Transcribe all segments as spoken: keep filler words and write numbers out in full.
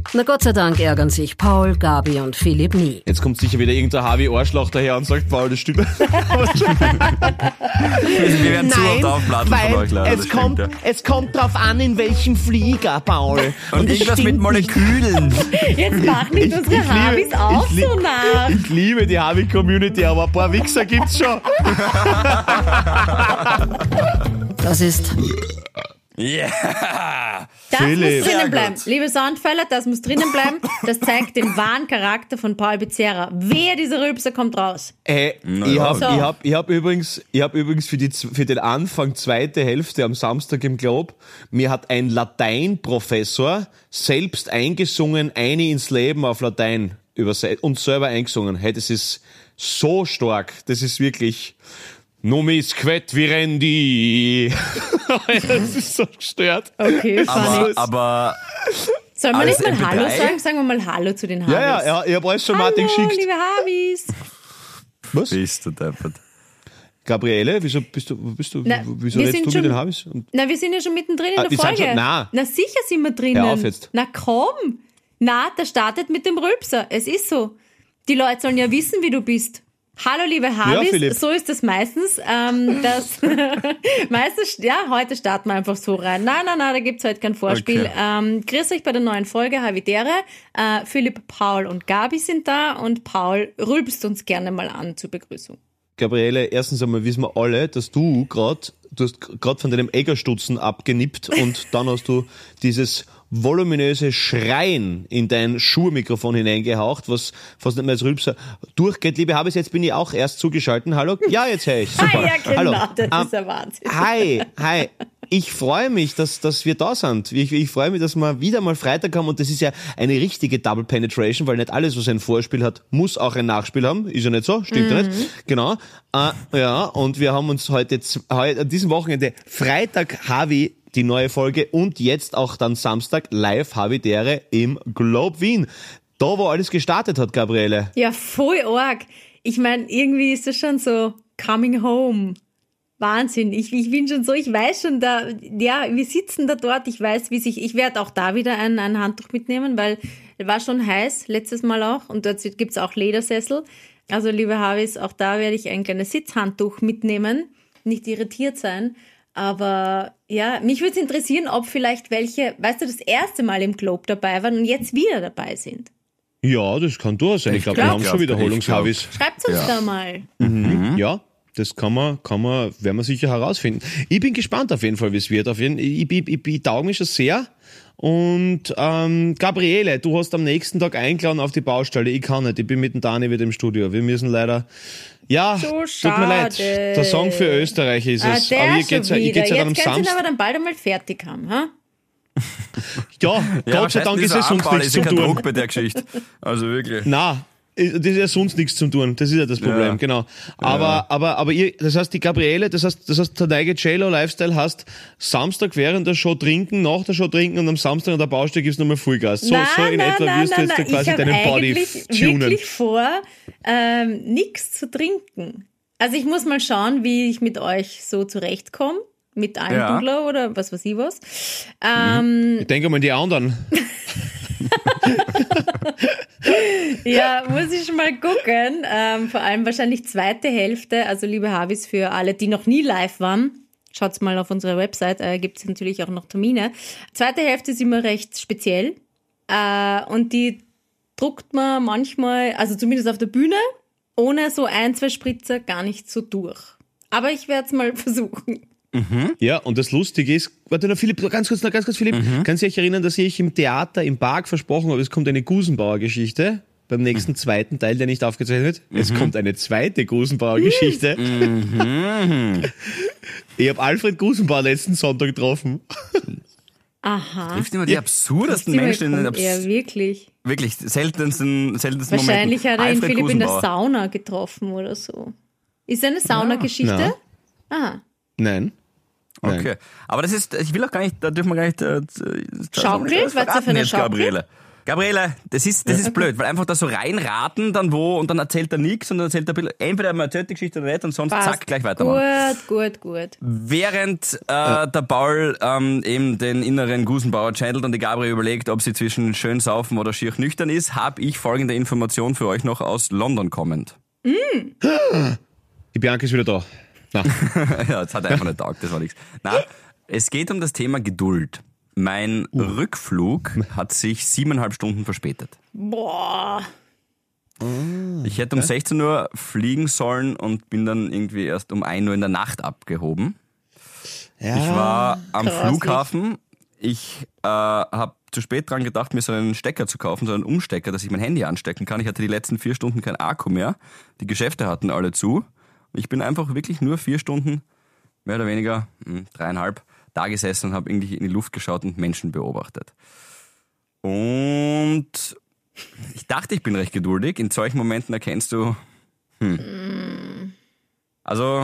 Na Gott sei Dank ärgern sich Paul, Gabi und Philipp nie. Jetzt kommt sicher wieder irgendein Harvey-Arschloch daher und sagt, Paul, das stimmt. Wir werden zu oft aufblasen von euch, leider. Es kommt, stimmt, ja. es kommt drauf an, in welchem Flieger, Paul. Und, und irgendwas mit Molekülen. Jetzt mach nicht unsere Harveys auch ich so nach. Ich liebe die Harvey-Community, aber ein paar Wichser gibt's schon. Das ist... Yeah! Das Philipp. muss drinnen Sehr bleiben. gut. Liebe Soundfäller, das muss drinnen bleiben. Das zeigt den wahren Charakter von Paul Becerra. Wer dieser Rülpser kommt raus. Hey, Na ich ja. habe So. ich hab, ich hab übrigens, ich hab übrigens für, die, für den Anfang, zweite Hälfte am Samstag im Globe, mir hat ein Lateinprofessor selbst eingesungen, eine ins Leben auf Latein übersetzt und selber eingesungen. Hey, das ist so stark. Das ist wirklich... Nomis quet virendi. Das ist so gestört. Okay, Aber, funny. aber Sollen wir nicht alles mal M P drei? Hallo sagen? Sagen wir mal Hallo zu den Harveys. Ja, ja, ja, ich habe alles schon Martin Hallo, geschickt. liebe Harveys. Was? bist du deppert. Gabriele, wieso bist du, bist du, Na, wieso wir redest sind du schon- mit den Harveys? Und Na, wir sind ja schon mittendrin in Ah, der wir sind Folge. schon- na. Na, sicher sind wir drinnen. Hör auf jetzt. Na komm. Na, der startet mit dem Rülpser. Es ist so. Die Leute sollen ja wissen, wie du bist. Hallo, liebe Harveys. Philipp. So ist das meistens. Ähm, das meistens, ja, heute starten wir einfach so rein. Nein, nein, nein, da gibt's heute kein Vorspiel. Okay. Ähm, grüß euch bei der neuen Folge Havidere. Äh, Philipp, Paul und Gabi sind da und Paul rülpst uns gerne mal an zur Begrüßung. Gabriele, erstens einmal wissen wir alle, dass du gerade, du hast gerade von deinem Eggerstutzen abgenippt und dann hast du dieses voluminöse Schreien in dein Schuhmikrofon hineingehaucht, was fast nicht mehr als Rülpser durchgeht. Liebe Habis, jetzt bin ich auch erst zugeschaltet. Hallo? Ja, jetzt höre ich. Super. Ah, ja, genau, Hallo. das Ähm, ist der Wahnsinn. Hi, hi. Ich freue mich, dass, dass wir da sind. Ich, ich freue mich, dass wir wieder mal Freitag haben und das ist ja eine richtige Double Penetration, weil nicht alles, was ein Vorspiel hat, muss auch ein Nachspiel haben. Ist ja nicht so? Stimmt ja nicht? Genau. Äh, ja, und wir haben uns heute, z- heute an diesem Wochenende Freitag Harvey die neue Folge und jetzt auch dann Samstag live Havidere im Globe Wien. Da, wo alles gestartet hat, Gabriele. Ja, voll arg. Ich meine, irgendwie ist das schon so coming home. Wahnsinn. Ich, ich bin schon so, ich weiß schon da, ja, wir sitzen da dort, ich weiß, wie sich, ich werde auch da wieder ein, ein Handtuch mitnehmen, weil es war schon heiß, letztes Mal auch, und dort gibt's auch Ledersessel. Also, liebe Harveys, auch da werde ich ein kleines Sitzhandtuch mitnehmen, nicht irritiert sein. Aber ja, mich würde es interessieren, ob vielleicht welche, weißt du, das erste Mal im Globe dabei waren und jetzt wieder dabei sind. Ja, das kann durchaus sein. Ich glaube, wir glaub, haben ich schon glaub, Wiederholungsharveys. Schreibt uns Ja. da mal. Mhm. Ja, das kann man, kann man, werden wir sicher herausfinden. Ich bin gespannt auf jeden Fall, wie es wird. Auf jeden, ich, ich, ich, ich tauge mich schon sehr. Und ähm, Gabriele, du hast am nächsten Tag eingeladen auf die Baustelle. Ich kann nicht, ich bin mit dem Dani wieder im Studio. Wir müssen leider... Ja, So tut mir leid. schade. Der Song für Österreich ist Ah, es. der Aber hier schon geht's ja, hier wieder. geht's ja dann am Jetzt können Sie ihn Samstag. aber dann bald einmal fertig haben, ha? Ja, Gott sei Dank ist es sonst nichts ist zu ja kein tun. Druck bei der Geschichte. Also wirklich. Na, das ist ja sonst nichts zu tun. Das ist ja das Problem, Ja. genau. Aber, Ja. aber, aber ihr, das heißt, die Gabriele, das heißt, das heißt, der neue J-Lo-Lifestyle hast Samstag während der Show trinken, nach der Show trinken und am Samstag an der Baustelle gibt's nochmal Vollgas. So, nein, so in nein, etwa nein, wirst du nein, jetzt da nein. quasi ich deinen habe Body eigentlich tunen. wirklich vor, ähm, nichts zu trinken. Also ich muss mal schauen, wie ich mit euch so zurechtkomme. Mit einem Ja. Dudler oder was weiß ich was. Ähm, Ich denke mal an die anderen. Ja, muss ich schon mal gucken. Ähm, vor allem wahrscheinlich zweite Hälfte. Also liebe Harveys, für alle, die noch nie live waren, schaut's mal auf unserer Website, äh, gibt's natürlich auch noch Termine. Zweite Hälfte ist immer recht speziell. Äh, und die druckt man manchmal, also zumindest auf der Bühne, ohne so ein, zwei Spritzer gar nicht so durch. Aber ich werde es mal versuchen. Ja, und das Lustige ist, warte noch Philipp, ganz kurz, noch ganz kurz Philipp, kannst du dich erinnern, dass ich im Theater, im Park versprochen habe, es kommt eine Gusenbauer-Geschichte beim nächsten zweiten Teil, der nicht aufgezeichnet wird. Es kommt eine zweite Gusenbauer-Geschichte. Ich habe Alfred Gusenbauer letzten Sonntag getroffen. Aha. Trifft immer die absurdesten Menschen in den abs- Ja, wirklich. wirklich seltensten, seltensten Wahrscheinlich Momenten. hat er ihn Alfred Philipp in der Gusenbauer. Sauna getroffen oder so. Ist eine Saunageschichte? Aha. Nein. Nein. Okay. Aber das ist, ich will auch gar nicht, da dürfen wir gar nicht, äh, Schaukel? das Was ist da für eine jetzt, Schaukel? Gabriele. Gabriele, das ist, das ist blöd, weil einfach da so reinraten, dann wo, und dann erzählt er nichts und dann erzählt er ein bisschen, entweder man erzählt die Geschichte oder nicht und sonst Passt. zack, gleich weitermachen. Gut, gut, gut. Während äh, der Paul ähm, eben den inneren Gusenbauer channelt und die Gabriele überlegt, ob sie zwischen schön saufen oder schier nüchtern ist, habe ich folgende Information für euch noch aus London kommend. Mm. Die Bianca ist wieder da. Na. Ja, das hat einfach nicht taugt, das war nichts. Na, es geht um das Thema Geduld. Mein uh. Rückflug hat sich siebeneinhalb Stunden verspätet. Boah. Ich hätte um sechzehn Uhr fliegen sollen und bin dann irgendwie erst um ein Uhr in der Nacht abgehoben. Ja, ich war am krasslich. Flughafen. Ich äh, habe zu spät dran gedacht, mir so einen Stecker zu kaufen, so einen Umstecker, dass ich mein Handy anstecken kann. Ich hatte die letzten vier Stunden kein Akku mehr. Die Geschäfte hatten alle zu. Ich bin einfach wirklich nur vier Stunden, mehr oder weniger, dreieinhalb, da gesessen und habe irgendwie in die Luft geschaut und Menschen beobachtet. Und ich dachte, ich bin recht geduldig. In solchen Momenten erkennst du, hm, also,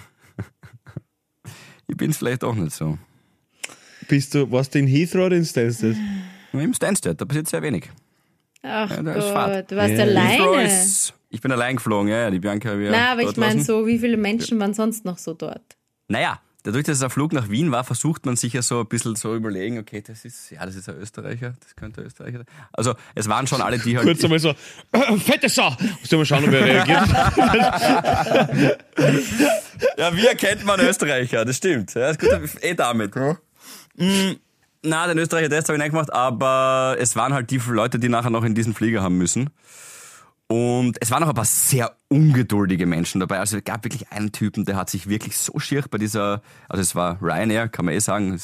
ich bin es vielleicht auch nicht so. Bist du, warst du in Heathrow oder in Stansted? Im Stansted, da passiert sehr wenig. Ach ja, Gott, du warst ja. alleine? Ist, ich bin allein geflogen, ja, die Bianca. Nein, aber ich meine so, wie viele Menschen waren sonst noch so dort? Naja, dadurch, dass es ein Flug nach Wien war, versucht man sich ja so ein bisschen so überlegen, okay, das ist, ja, das ist ein Österreicher, das könnte ein Österreicher sein. Also, es waren schon alle, die halt... Kurz einmal so, äh, fette Sau! Muss mal schauen, ob er reagiert. Ja, wie erkennt man Österreicher? Das stimmt. Ja, das ist gut, eh damit. Ja. Mm, na, den Österreicher-Test habe ich nicht gemacht, aber es waren halt die Leute, die nachher noch in diesen Flieger haben müssen. Und es waren noch ein paar sehr ungeduldige Menschen dabei. Also es gab wirklich einen Typen, der hat sich wirklich so schier bei dieser, also es war Ryanair, kann man eh sagen.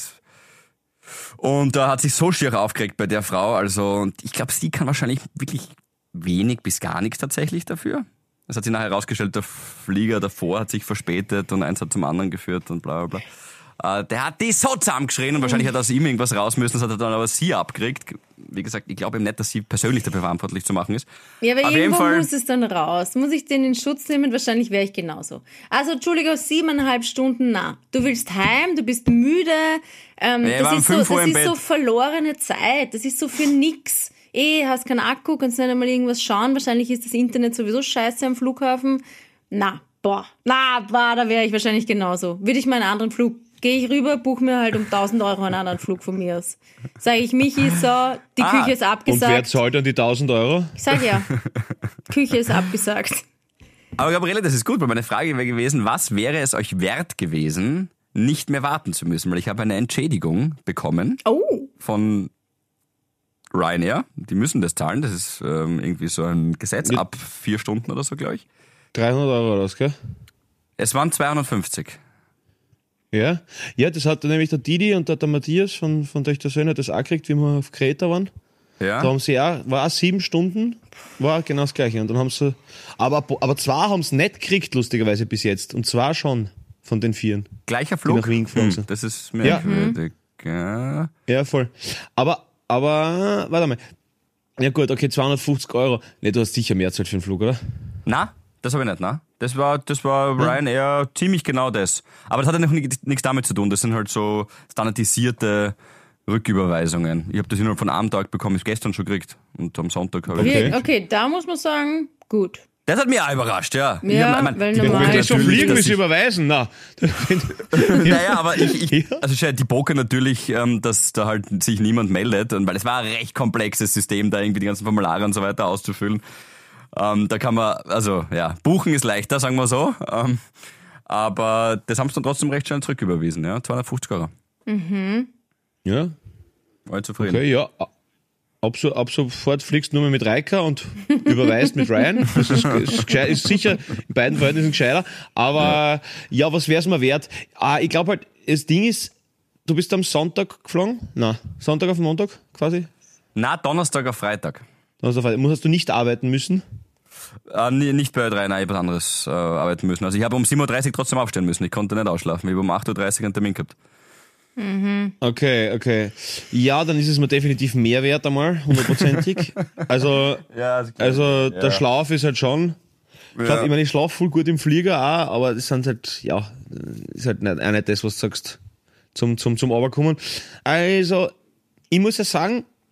Und da hat sich so schier aufgeregt bei der Frau. Also, und ich glaube, sie kann wahrscheinlich wirklich wenig bis gar nichts tatsächlich dafür. Das hat sich nachher herausgestellt, der Flieger davor hat sich verspätet und eins hat zum anderen geführt und bla bla bla. Uh, der hat die so zusammengeschrien und wahrscheinlich hat aus ihm irgendwas raus müssen, das hat er dann aber sie abgekriegt. Wie gesagt, ich glaube eben nicht, dass sie persönlich dafür verantwortlich zu machen ist. Ja, aber Auf irgendwo jeden Fall, muss es dann raus. Muss ich den in Schutz nehmen? Wahrscheinlich wäre ich genauso. Also, Entschuldigung, siebeneinhalb Stunden, na. Du willst heim, du bist müde. Ähm, ja, das ist, so, das ist so verlorene Zeit. Das ist so für nix. Eh, hast keinen Akku, kannst nicht einmal irgendwas schauen. Wahrscheinlich ist das Internet sowieso scheiße am Flughafen. Na, boah. Na, boah, da wäre ich wahrscheinlich genauso. Würde ich mal einen anderen Flug gehe ich rüber, buche mir halt um tausend Euro einen anderen Flug von mir aus. Sage ich, Michi, so, die ah, Küche ist abgesagt. Und wer zahlt dann die tausend Euro? Ich sage ja, Küche ist abgesagt. Aber Gabriele, das ist gut, weil meine Frage wäre gewesen, was wäre es euch wert gewesen, nicht mehr warten zu müssen? Weil ich habe eine Entschädigung bekommen oh. von Ryanair. Die müssen das zahlen, das ist ähm, irgendwie so ein Gesetz, ja. Ab vier Stunden oder so, glaube ich. dreihundert Euro oder was, gell? Es waren zweihundertfünfzig. Ja, ja, das hat nämlich der Didi und der, der Matthias von, von Töchter Söhne das auch gekriegt, wie wir auf Kreta waren. Ja. Da haben sie auch, war auch sieben Stunden, war genau das Gleiche. Und dann haben sie, aber, aber zwei haben es nicht gekriegt, lustigerweise bis jetzt. Und zwei schon von den vieren. Gleicher Flug? Die nach Wien geflogen sind. Hm, das ist merkwürdig. Ja. ja, voll. Aber, aber, warte mal. Ja gut, okay, zweihundertfünfzig Euro. Ne, du hast sicher mehr Zeit für den Flug, oder? Na, das habe ich nicht, na. Das war, das war Ryanair hm. ziemlich genau das. Aber das hat ja noch nichts damit zu tun. Das sind halt so standardisierte Rücküberweisungen. Ich habe das innerhalb von einem Tag bekommen, ich gestern schon gekriegt. Und am Sonntag habe okay. ich... Okay, da muss man sagen, gut. Das hat mich auch überrascht, ja. Ja, ich hab, ich mein, weil die normal... Wenn die schon fliegen, müssen überweisen, na. Naja, aber ich, ich also die Poker natürlich, ähm, dass da halt sich niemand meldet, weil es war ein recht komplexes System, da irgendwie die ganzen Formulare und so weiter auszufüllen. Ähm, da kann man, also ja, buchen ist leichter, sagen wir so. Ähm, aber das haben sie dann trotzdem recht schnell zurücküberwiesen, ja. zweihundertfünfzig Euro. Mhm. Ja. War ich zufrieden. Okay, ja. Ab, so, ab sofort fliegst du nur mehr mit Reika und überweist mit Ryan. Das ist, ist, gescheit, ist sicher in beiden Verhältnissen gescheiter. Aber ja, ja was wäre es mir wert? Ah, ich glaube halt, das Ding ist, du bist am Sonntag geflogen? Nein, Sonntag auf Montag quasi? Na, Donnerstag auf Freitag. Donnerstag auf Freitag. Hast du nicht arbeiten müssen? Äh, nicht bei Ö drei, nein, ich habe was anderes äh, arbeiten müssen. Also ich habe um sieben Uhr dreißig trotzdem aufstehen müssen. Ich konnte nicht ausschlafen. Ich habe um acht Uhr dreißig einen Termin gehabt. Mhm. Okay, okay. Ja, dann ist es mir definitiv mehr wert einmal, hundertprozentig. Also, ja, also ja. der Schlaf ist halt schon... Ich, glaub, ich meine, ich schlafe voll gut im Flieger auch, aber das sind halt, ja, ist halt nicht, auch nicht das, was du sagst, zum, zum, zum Runterkommen. Also, ich muss ja sagen,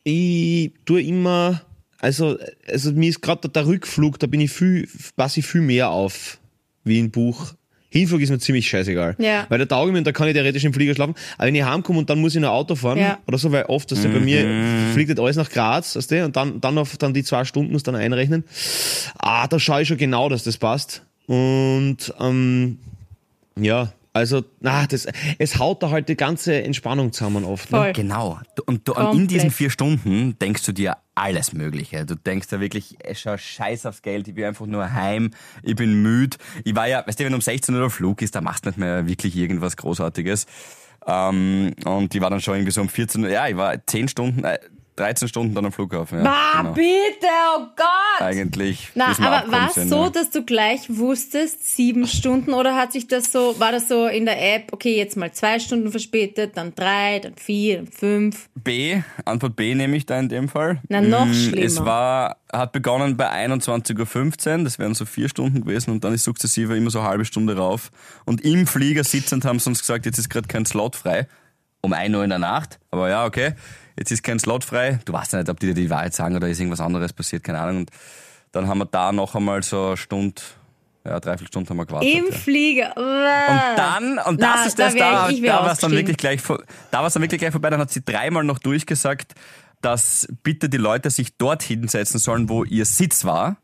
ich tue immer, also, also mir ist gerade der Rückflug, da bin ich viel, passe ich viel mehr auf, wie im Buch. Hinflug ist mir ziemlich scheißegal. Ja. Weil da tauge ich mir und da kann ich theoretisch im Flieger schlafen. Aber wenn ich heimkomme und dann muss ich noch Auto fahren Ja. oder so, weil oft, dass mhm. bei mir fliegt nicht alles nach Graz, weißt du, und dann, dann auf dann die zwei Stunden muss dann einrechnen. Ah, da schaue ich schon genau, dass das passt. Und ähm, ja, also, na, das, es haut da halt die ganze Entspannung zusammen oft. Ne? Voll. Genau. Und du, Komplett. in diesen vier Stunden denkst du dir alles Mögliche. Du denkst da wirklich, ey, schau, scheiß aufs Geld, ich will einfach nur heim, ich bin müde. Ich war ja, weißt du, wenn um sechzehn Uhr der Flug ist, da machst du nicht mehr wirklich irgendwas Großartiges. Ähm, und ich war dann schon irgendwie so um vierzehn Uhr, ja, ich war zehn Stunden, äh, dreizehn Stunden dann am Flughafen. Ja, Bah, genau. bitte, oh Gott! Eigentlich. Na, bis wir aber abgekommen war es sind, so, ja. dass du gleich wusstest, sieben Stunden, oder hat sich das so, war das so in der App, okay, jetzt mal zwei Stunden verspätet, dann drei, dann vier, dann fünf? B, Antwort B nehme ich da in dem Fall. Na, noch Mm, schlimmer. Es war, hat begonnen bei einundzwanzig Uhr fünfzehn, das wären so vier Stunden gewesen und dann ist sukzessive immer so eine halbe Stunde rauf. Und im Flieger sitzend haben sie uns gesagt, jetzt ist gerade kein Slot frei. Um ein Uhr in der Nacht. Aber ja, okay, jetzt ist kein Slot frei. Du weißt ja nicht, ob die dir die Wahrheit sagen oder ist irgendwas anderes passiert, keine Ahnung. Und dann haben wir da noch einmal so eine Stunde, ja, dreiviertel Stunde haben wir gewartet. Im ja. Flieger. Und dann, und das Na, ist das, da wär da, ich- ich wär da war es dann ausgestiegen. wirklich gleich, vor- da war es dann wirklich gleich vorbei. Dann hat sie dreimal noch durchgesagt, dass bitte die Leute sich dort hinsetzen sollen, wo ihr Sitz war.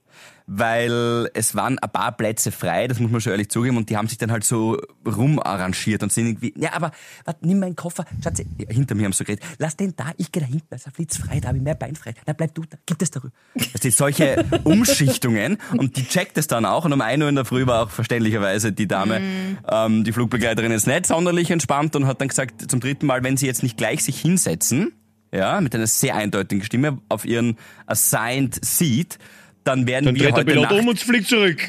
Weil es waren ein paar Plätze frei, das muss man schon ehrlich zugeben, und die haben sich dann halt so rumarrangiert und sind irgendwie, ja, aber, warte, nimm meinen Koffer, Schatz, ja, hinter mir haben sie so geredet, lass den da, ich gehe da hinten, da ist ein Flitz frei, da habe ich mehr Bein frei, na, bleib du da, gib das darüber. Das sind solche Umschichtungen, und die checkt es dann auch, und um ein Uhr in der Früh war auch verständlicherweise die Dame, Mhm. ähm, die Flugbegleiterin ist nicht sonderlich entspannt und hat dann gesagt, zum dritten Mal, wenn sie jetzt nicht gleich sich hinsetzen, ja, mit einer sehr eindeutigen Stimme auf ihren assigned seat, dann werden Dann wir dreht der heute Pilot Nacht... um und fliegt zurück.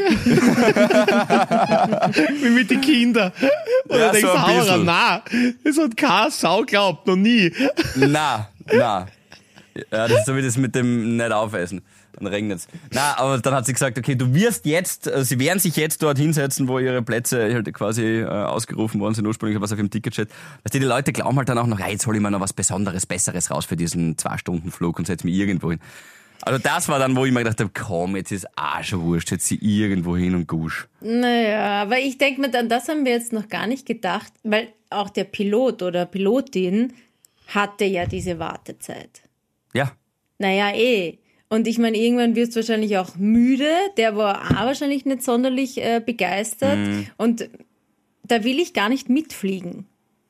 Wie mit den Kindern. Und Ja, dann denkst so du, ein Hauer, bisschen. na, das hat keine Sau glaubt, noch nie. Na, na. Ja, das ist so wie das mit dem nicht aufessen. Dann regnet's. Na, aber dann hat sie gesagt, okay, du wirst jetzt, äh, sie werden sich jetzt dort hinsetzen, wo ihre Plätze halt quasi äh, ausgerufen worden sind, ursprünglich was auf ihrem Ticket steht. Weißt du, die Leute glauben halt dann auch noch, ja, jetzt hol ich mir noch was Besonderes, Besseres raus für diesen Zwei-Stunden-Flug und setz mich irgendwo hin. Also das war dann, wo ich mir gedacht habe, komm, jetzt ist auch schon wurscht, setz sie irgendwo hin und gusch. Naja, aber ich denke mir dann, das haben wir jetzt noch gar nicht gedacht, weil auch der Pilot oder Pilotin hatte ja diese Wartezeit. Ja. Naja, eh. Und ich meine, irgendwann wirst du wahrscheinlich auch müde, der war auch wahrscheinlich nicht sonderlich äh, begeistert. Mhm. Und da will ich gar nicht mitfliegen.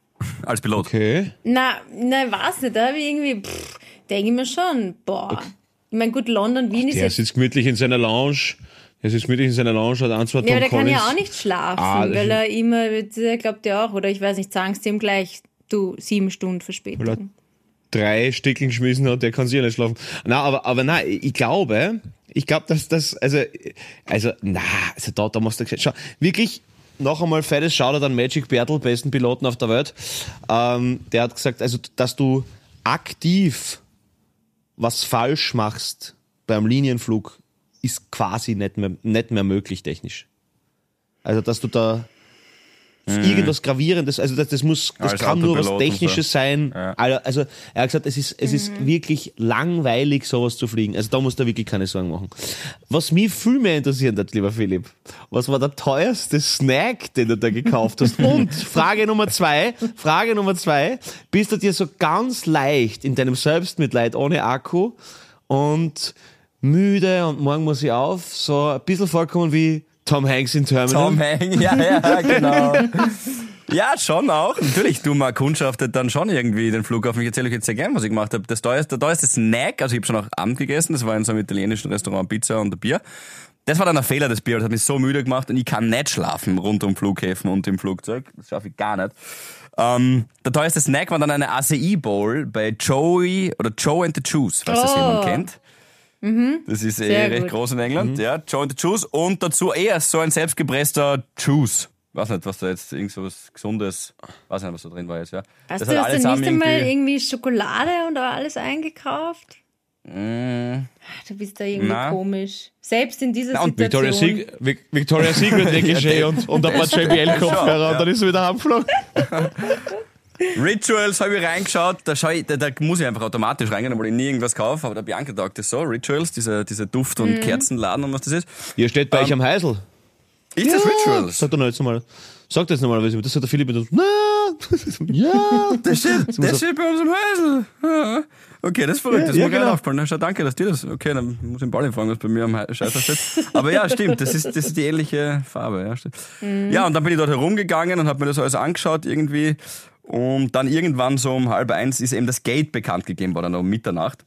Als Pilot. Okay. Na, na, weiß nicht, da habe ich irgendwie, pff, denke ich mir schon, boah. Ich meine, gut, London, Wien ist Der jetzt... sitzt gemütlich in seiner Lounge. Der sitzt gemütlich in seiner Lounge, hat ein, zwei Tom Ja, aber der kann Collins. ja auch nicht schlafen, Ah, das weil ist- er immer, der glaubt ja auch, oder ich weiß nicht, sagen sie ihm gleich, du, sieben Stunden Verspätung. Weil er drei Stickeln geschmissen hat, der kann sicher nicht schlafen. Na, aber, aber nein, ich glaube, ich glaube, dass das, also, also, na, also da, da musst du, schau, wirklich, noch einmal fettes Shoutout an Magic Bertel, besten Piloten auf der Welt. Ähm, der hat gesagt, also, dass du aktiv was falsch machst beim Linienflug, ist quasi nicht mehr, nicht mehr möglich technisch. Also, dass du da irgendwas Gravierendes, also das, das muss, das Als kann nur was Autopilot und Technisches so. sein. Ja. Also, er hat gesagt, es ist, es ist wirklich langweilig, sowas zu fliegen. Also, da musst du wirklich keine Sorgen machen. Was mich viel mehr interessiert hat, lieber Philipp, was war der teuerste Snack, den du da gekauft hast? Und Frage Nummer zwei, Frage Nummer zwei, bist du dir so ganz leicht in deinem Selbstmitleid ohne Akku und müde und morgen muss ich auf, so ein bisschen vorkommen wie Tom Hanks in Terminal? Tom Hanks, ja, ja, genau. Ja, schon auch. Natürlich, du mal kundschaftet dann schon irgendwie den Flughafen. Ich erzähle euch jetzt sehr gern, was ich gemacht habe. Das teuerste, der teuerste Snack, also ich habe schon auch Abend gegessen, das war in so einem italienischen Restaurant Pizza und ein Bier. Das war dann ein Fehler, das Bier, das hat mich so müde gemacht und ich kann nicht schlafen rund um Flughäfen und im Flugzeug. Das schaffe ich gar nicht. Ähm, der teuerste Snack war dann eine A C I Bowl bei Joey oder Joe and the Juice, falls das Oh. jemand kennt. Das ist eh Sehr recht gut. groß in England, ja. Joe and the Juice und dazu eher so ein selbstgepresster Juice. Weiß nicht, was da jetzt irgend so was Gesundes, weiß nicht, was da drin war jetzt, ja. Hast Das du hat das alles denn nicht zusammen einmal irgendwie- irgendwie Schokolade und alles eingekauft? Mm, Du bist da irgendwie Na. komisch. Selbst in dieser Na, und Victoria, Situation. Secret, Vic- Victoria Secret Negligé und, und ein paar J B L-Kopfhörer Ja. und dann ist er wieder heimgeflogen. Rituals habe ich reingeschaut, da, schau ich, da, da muss ich einfach automatisch reingehen, weil ich nie irgendwas kaufe, aber der Bianca taugt das so. Rituals, diese, diese Duft- und mhm. Kerzenladen und was das ist. Hier steht bei um, euch am Heisel. Ist ja, das Rituals? Sag doch noch jetzt mal. Sag das normalerweise. Das hat der Philipp mit uns. Na, ja, das steht, das steht bei uns am Heisel. Ja. Okay, das ist verrückt, das ja, muss ja, genau. aufgefallen. Schau, danke, dass dir das. Okay, dann muss ich den Ball fragen, was bei mir am Scheißer steht. Aber ja, stimmt, das ist, das ist die ähnliche Farbe. Ja, stimmt. Mhm. Ja, und dann bin ich dort herumgegangen und habe mir das alles angeschaut irgendwie. Und dann irgendwann so um halb eins ist eben das Gate bekannt gegeben worden, um Mitternacht.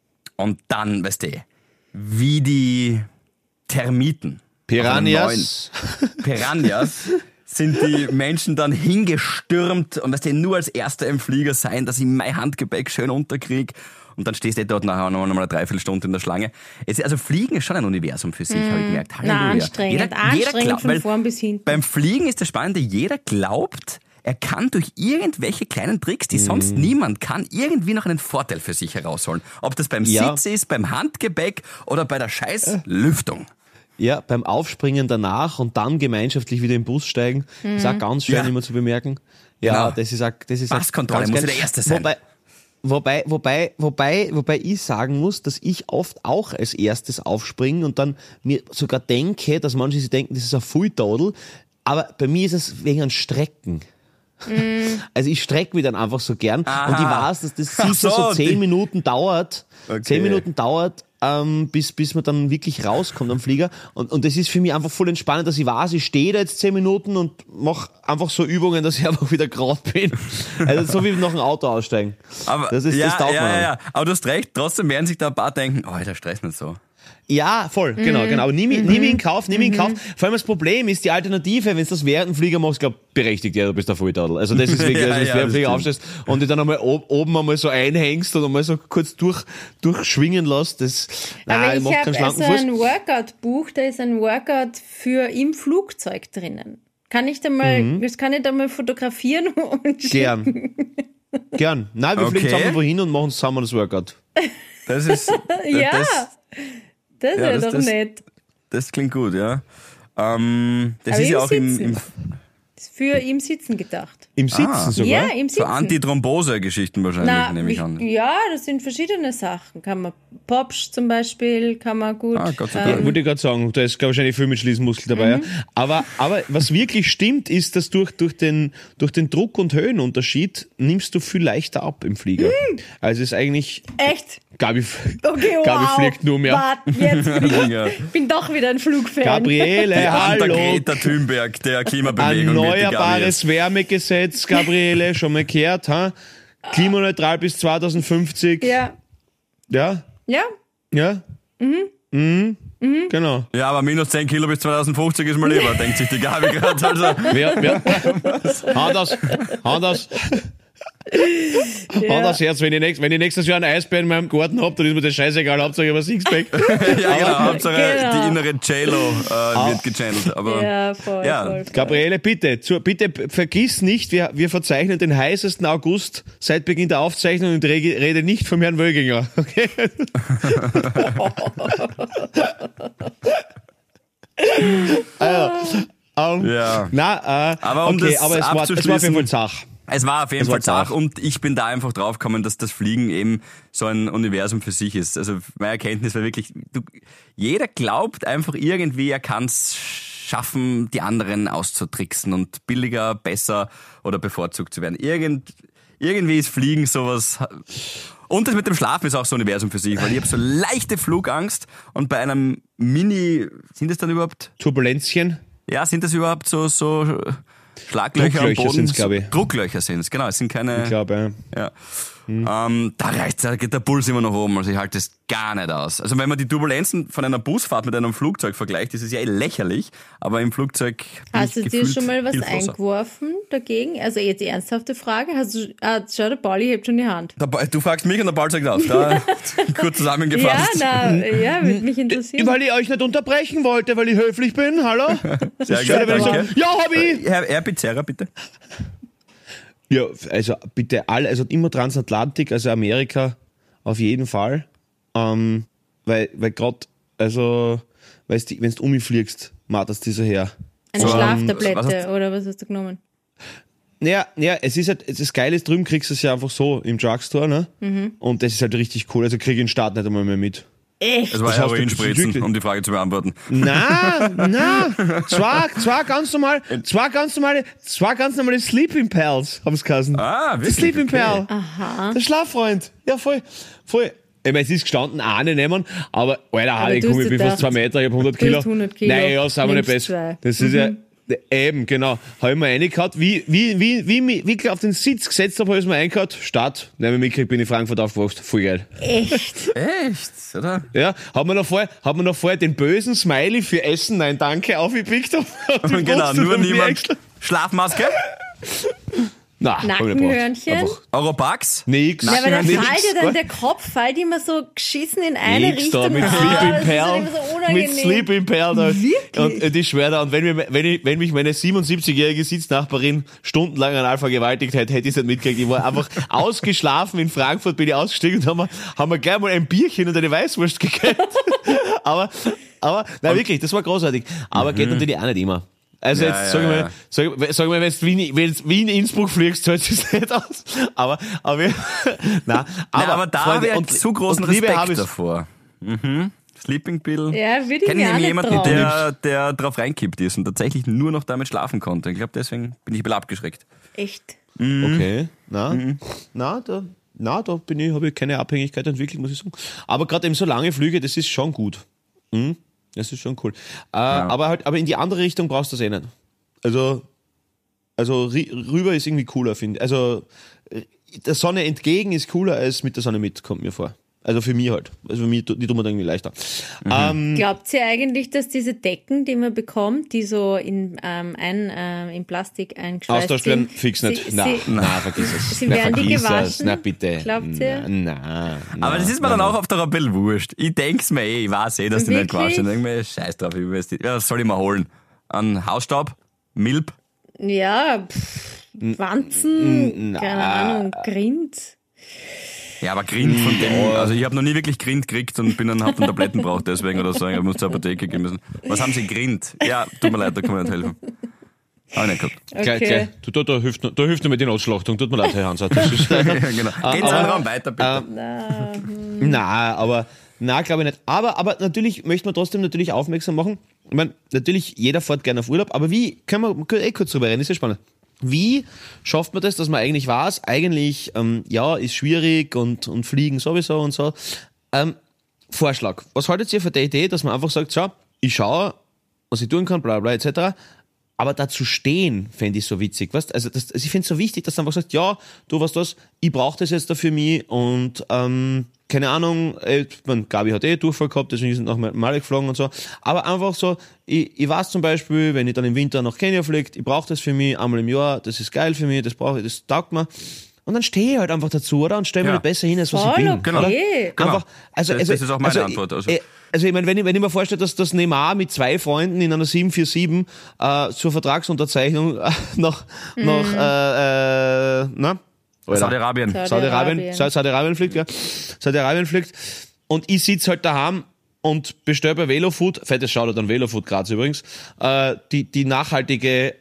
Und dann, weißt du, wie die Termiten. Piranhas. Piranhas. Sind die Menschen dann hingestürmt und weißt du, nur als Erster im Flieger sein, dass ich mein Handgepäck schön unterkriege. Und dann stehst du dort nachher noch mal eine Dreiviertelstunde in der Schlange. Es, also Fliegen ist schon ein Universum für sich, mm. habe ich gemerkt. Halleluja. Na, anstrengend, jeder, anstrengend jeder glaubt, von vorn bis hinten. Beim Fliegen ist das Spannende, jeder glaubt, er kann durch irgendwelche kleinen Tricks, die sonst mm. niemand kann, irgendwie noch einen Vorteil für sich herausholen. Ob das beim ja. Sitz ist, beim Handgepäck oder bei der scheiß Lüftung. Ja, beim Aufspringen danach und dann gemeinschaftlich wieder im Bus steigen, mhm. ist auch ganz schön ja. immer zu bemerken. Ja, genau. das ist auch, das ist Passkontrolle muss ja der Erste sein. Wobei, wobei, wobei, wobei, wobei ich sagen muss, dass ich oft auch als erstes aufspringe und dann mir sogar denke, dass manche sich denken, das ist ein Fulltadel, aber bei mir ist es wegen an Strecken. Mm. Also ich strecke mich dann einfach so gern Aha. und ich weiß, dass das sicher so, so zehn Minuten dauert, okay. zehn Minuten dauert, ähm, bis, bis man dann wirklich rauskommt am Flieger. Und, und das ist für mich einfach voll entspannend, dass ich weiß, ich stehe da jetzt zehn Minuten und mache einfach so Übungen, dass ich einfach wieder gerade bin. Also so wie nach dem Auto aussteigen. Aber, das ist, ja, das taugt ja, man. Ja, ja. Aber du hast recht, trotzdem werden sich da ein paar denken, oh, der Stress nicht so. Ja, voll, mhm. genau, genau. Aber nimm, mhm. nimm ihn in Kauf, nimm ihn in Kauf. Vor allem das Problem ist, die Alternative, wenn du das während dem Flieger machst, glaub, berechtigt, ja, du bist der Volltadel. Also das ist wirklich, ja, also, wenn du ja, während dem Flieger aufstehst und dich dann einmal ob, oben einmal so einhängst und einmal so kurz durch, durchschwingen lässt, das, nein, ich macht keinen schlanken Fuß. Ich habe so ein Workout-Buch, da ist ein Workout für im Flugzeug drinnen. Kann ich da mal, mhm. das kann ich da mal fotografieren und schicken? Gern. Gern. Nein, wir okay. fliegen zusammen wohin und machen zusammen das Workout. Das ist, ja. Das, Das ja, wäre das, doch das, nett. Das klingt gut, ja. Ähm, das Aber ist ja auch im, im... Das ist für im Sitzen gedacht. Im Sitzen ah, sogar? Ja, im Sitzen. So Antithrombose-Geschichten wahrscheinlich, Na, nehme ich ich, an. Ja, das sind verschiedene Sachen. Kann man Popsch zum Beispiel, kann man gut... Ah, Gott sei Dank. Ähm, Wollte ich gerade sagen, da ist glaube ich wahrscheinlich viel mit Schließmuskel dabei. Mhm. Aber, aber was wirklich stimmt, ist, dass durch, durch, den, durch den Druck- und Höhenunterschied nimmst du viel leichter ab im Flieger. Mhm. Also ist eigentlich... Echt? Gabi, okay, wow. Gabi fliegt nur mehr. Warte, jetzt bin ich ja. bin doch wieder ein Flugfan. Gabriele, die hallo. Greta Thunberg der Klimabewegung. Erneuerbares Wärmegesetz, Gabriele, schon mal gehört, ha? Klimaneutral bis zweitausendfünfzig. Ja. Ja? Ja. Ja? Mhm. Mhm. Mhm. Genau. Ja, aber minus zehn Kilo bis zweitausendfünfzig ist mir lieber, denkt sich die Gabi gerade. Also. Wer, wer? Anders, anders. Ja. Anders Herz, wenn ich, nächst, wenn ich nächstes Jahr ein Eisbär in meinem Garten hab, dann ist mir das scheißegal, Hauptsache ich habe ein Sixpack. Ja, genau, Hauptsache genau. die innere J-Lo äh, wird gechannelt. Aber, ja, voll, ja. voll, voll. Gabriele, bitte, zu, bitte vergiss nicht, wir, wir verzeichnen den heißesten August seit Beginn der Aufzeichnung und rede, rede nicht vom Herrn Wölginger. Okay? also, um, ja. Na, äh, aber um okay, das aber es war, es war auf jeden Fall Sach. Es war auf jeden Fall Sach und ich bin da einfach drauf gekommen, dass das Fliegen eben so ein Universum für sich ist. Also meine Erkenntnis war wirklich, du, jeder glaubt einfach irgendwie, er kann es schaffen, die anderen auszutricksen und billiger, besser oder bevorzugt zu werden. Irgend, irgendwie ist Fliegen sowas... Und das mit dem Schlafen ist auch so ein Universum für sich, weil ich habe so leichte Flugangst und bei einem Mini... Sind das dann überhaupt... Turbulenzchen? Ja, sind das überhaupt so... so Schlaglöcher am Boden. Sind's, glaube ich. Drucklöcher sind es, genau. Es sind keine. Ich glaube, ja. ja. Hm. Ähm, da reicht's, da geht der Puls immer noch oben. Also ich halte das gar nicht aus. Also wenn man die Turbulenzen von einer Busfahrt mit einem Flugzeug vergleicht, ist es ja eh lächerlich. Aber im Flugzeug. Hast du dir schon mal was hilfloser. eingeworfen dagegen? Also jetzt die ernsthafte Frage. Hast du, ah, schau, der Pauli hebt schon die Hand. Du fragst mich und der Paul sagt auf. Da kurz zusammengefasst. Ja, na, ja, würde mich interessieren. Weil ich euch nicht unterbrechen wollte, weil ich höflich bin. Hallo? Sehr gerne. Sagen, ja, hab ich. Herr, Herr Pizzerra, bitte. Ja, also bitte alle, also immer Transatlantik, also Amerika auf jeden Fall. Ähm, weil, weil gerade, also, weißt du, wenn du umfliegst, matterst du so her. Eine so, Schlaftablette, was hast, oder was hast du genommen? Naja, ja, es ist halt, das Geile ist, drüben kriegst du es ja einfach so im Drugstore, ne? Mhm. Und das ist halt richtig cool. Also krieg ich den Start nicht einmal mehr mit. Echt? Das war Das hast du Heroinspritzen, wirklich- um die Frage zu beantworten. Na, na, zwei, zwei ganz normal, zwei ganz normale, zwei ganz normale Sleeping Pals haben es geheißen. Ah, Der wirklich? Sleeping Okay. Pal. Aha. Der Schlaffreund. Ja, voll, voll. Ich meine, es ist gestanden, eine nehmen, aber, alter, Hardy, du komm, hast ich bin dir fast zwei gedacht, Meter, ich hab hundert du Kilo. hast hundert Kilo, Nein, ja, sind wir nicht nimmst besser. zwei. Das ist ja, eben, genau. Hab ich mir reingehauen, wie, wie, wie, wie, wie, wie ich auf den Sitz gesetzt habe, hab ich mir reingehauen, Start. Nein, mit mitgekriegt, bin ich in Frankfurt aufgewachsen. Voll geil. Echt? Echt, oder? Ja, hat man noch vorher, hat man noch vorher den bösen Smiley für Essen, nein, danke, aufgepickt. Auf die Genau, Brust nur und mir niemand. extra- Schlafmaske? Nein, hab ich nicht gebraucht. Nackenhörnchen? Einfach Europax? nix. Ja, aber da nix. fällt dir dann der Kopf, fällt immer so geschissen in eine Nix Richtung. da, mit Ah, Sleeping das ist Pearl. dann immer so unangenehm. Mit Sleeping Pearl. Da. Wirklich? Und äh, ich schwöre da, und wenn, wir, wenn, ich, wenn mich meine siebenundsiebzigjährige Sitznachbarin stundenlang anal vergewaltigt hätte, hätte ich es nicht mitgekriegt. Ich war einfach ausgeschlafen in Frankfurt, bin ich ausgestiegen und haben wir, haben wir gleich mal ein Bierchen und eine Weißwurst gegeben. aber, aber, nein, wirklich, das war großartig. Aber geht natürlich auch nicht immer. Also Ja, jetzt, ja, sag ich mal, ja. sag, sag ich mal, wenn du Wien, wenn's Wien, Innsbruck fliegst, zahlt es nicht aus. Aber, aber, wir- nein, aber, Nein, aber da Freunde, habe ich und- zu großen und Liebe Respekt habe ich- davor. Mhm. Sleeping Pill. Ja, würde ich Kenne mir auch ich nicht jemanden, trauen. der, der drauf reinkippt ist und tatsächlich nur noch damit schlafen konnte. Ich glaube, deswegen bin ich ein bisschen abgeschreckt. Echt? Okay, na, na, da, na, da bin ich, habe ich keine Abhängigkeit entwickelt, muss ich sagen. Aber gerade eben so lange Flüge, das ist schon gut. Mhm. Das ist schon cool. Äh, Aber halt, aber in die andere Richtung brauchst du das eh nicht. Also, also ri- rüber ist irgendwie cooler, finde ich. Also, äh, der Sonne entgegen ist cooler als mit der Sonne mit, kommt mir vor. Also für mich halt. Also für mich, die tun mir dann irgendwie leichter. Ähm, Glaubt ihr eigentlich, dass diese Decken, die man bekommt, die so in, ähm, ein, ähm, in Plastik eingeschweißt Austausch sind, werden fix nicht. sie- Nein, sie- nein, vergiss es. Sie Nein, werden die vergiss gewaschen? es. Na bitte. Glaubt ihr? Nein, nein, Aber das ist mir nein, dann nein. auch auf der Rappel wurscht. Ich denk's mir eh, ich weiß eh, dass die nicht Wirklich? gewaschen sind. Denk mir, scheiß drauf, ich weiß nicht. Ja, was soll ich mal holen? An Hausstaub? Milb? Ja, pff, Wanzen, keine Ahnung, Grind. Ja, aber Grind von dem, also ich habe noch nie wirklich Grind gekriegt und bin dann, hab dann Tabletten braucht deswegen oder so, ich muss zur Apotheke gehen müssen. Was haben Sie, Grind? Ja, tut mir leid, da kann man nicht helfen. Hab ich nicht gehabt. Gleich, gleich. Du, da, da hilft, noch- da hilft nur mit den Ausschlachtung. Tut mir leid, Herr Hansa. Das ist, Ja, genau. Gehen Sie aber- einen Raum weiter, bitte. na, aber, na, glaube ich nicht. Aber, aber natürlich möchte man trotzdem natürlich aufmerksam machen. Ich meine, natürlich, jeder fährt gerne auf Urlaub, aber wie, können wir, können wir eh kurz drüber reden, ist ja spannend. Wie schafft man das, dass man eigentlich weiß, eigentlich, ähm, ja, ist schwierig und, und fliegen sowieso und so. Ähm, Vorschlag. Was haltet ihr von der Idee, dass man einfach sagt, schau, ich schaue, was ich tun kann, bla, bla, et cetera. Aber dazu stehen, fände ich so witzig. Weißt? Also, das, also ich finde es so wichtig, dass du einfach sagst, ja, du weißt was, ich brauche das jetzt da für mich und ähm, keine Ahnung, äh, man, Gabi hat eh Durchfall gehabt, deswegen ist er nach Mali geflogen und so. Aber einfach so, ich, ich weiß zum Beispiel, wenn ich dann im Winter nach Kenia fliege, ich brauche das für mich einmal im Jahr, das ist geil für mich, das brauche ich, das taugt mir. Und dann stehe ich halt einfach dazu, oder? Und stelle mir Ja. nicht besser hin, als was ich Voll bin. okay. Oder? Genau. Einfach, also, Das- also, das ist auch meine also, Antwort, also. äh, Also ich meine, wenn ich, wenn ich mir vorstelle, dass das Neymar mit zwei Freunden in einer sieben vier sieben äh, zur Vertragsunterzeichnung äh, nach, nach äh, äh, na? Alter. Saudi-Arabien. Saudi- Saudi-Arabien, Saudi-Arabien. Sa- Saudi-Arabien fliegt, ja. Saudi-Arabien fliegt. Und ich sitze halt daheim und bestelle bei Velofood, fettes Shoutout an Velofood Graz übrigens, äh, die, die nachhaltige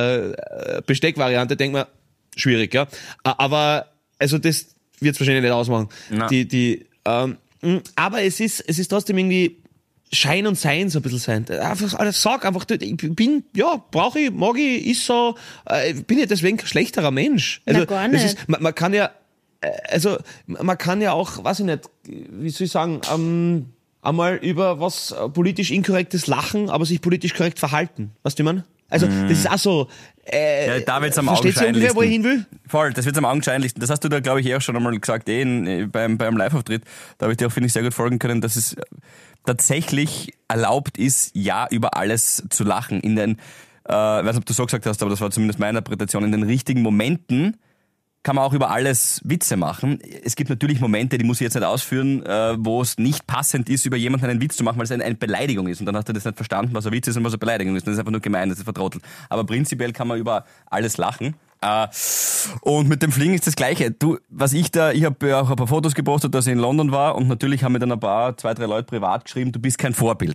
äh, Besteckvariante, denk mir, schwierig, ja. Äh, Aber, also das wird's wahrscheinlich nicht ausmachen. Na. Die, die, ähm, mh, aber es ist, es ist trotzdem irgendwie Schein und Sein so ein bisschen sein. Einfach, also sag einfach, ich bin, ja, brauche ich, mag ich, ist so, äh, bin ich deswegen kein schlechterer Mensch. Also, Na, gar das nicht. ist, man, man kann ja, äh, also, man kann ja auch, weiß ich nicht, wie soll ich sagen, ähm, einmal über was äh, politisch Inkorrektes lachen, aber sich politisch korrekt verhalten. Weißt du, wie man? Also, das ist auch so, äh, Ja, da wird's am versteht ihr ungefähr, wo ich hin will? Voll, das wird's am augenscheinlichsten. Das hast du da, glaube ich, eh auch schon einmal gesagt, eh in, beim, beim Live-Auftritt. Da habe ich dir auch, finde ich, sehr gut folgen können, dass es tatsächlich erlaubt ist, ja, über alles zu lachen. In den, äh, ich weiß nicht, ob du so gesagt hast, aber das war zumindest meine Interpretation, in den richtigen Momenten kann man auch über alles Witze machen. Es gibt natürlich Momente, die muss ich jetzt nicht ausführen, äh, wo es nicht passend ist, über jemanden einen Witz zu machen, weil es eine, eine Beleidigung ist. Und dann hast du das nicht verstanden, was ein Witz ist und was eine Beleidigung ist. Das ist einfach nur gemein, das ist vertrottelt. Aber prinzipiell kann man über alles lachen. Äh, und mit dem Fliegen ist das Gleiche. Du, was ich da, ich habe ja auch ein paar Fotos gepostet, dass ich in London war und natürlich haben mir dann ein paar, zwei, drei Leute privat geschrieben, du bist kein Vorbild.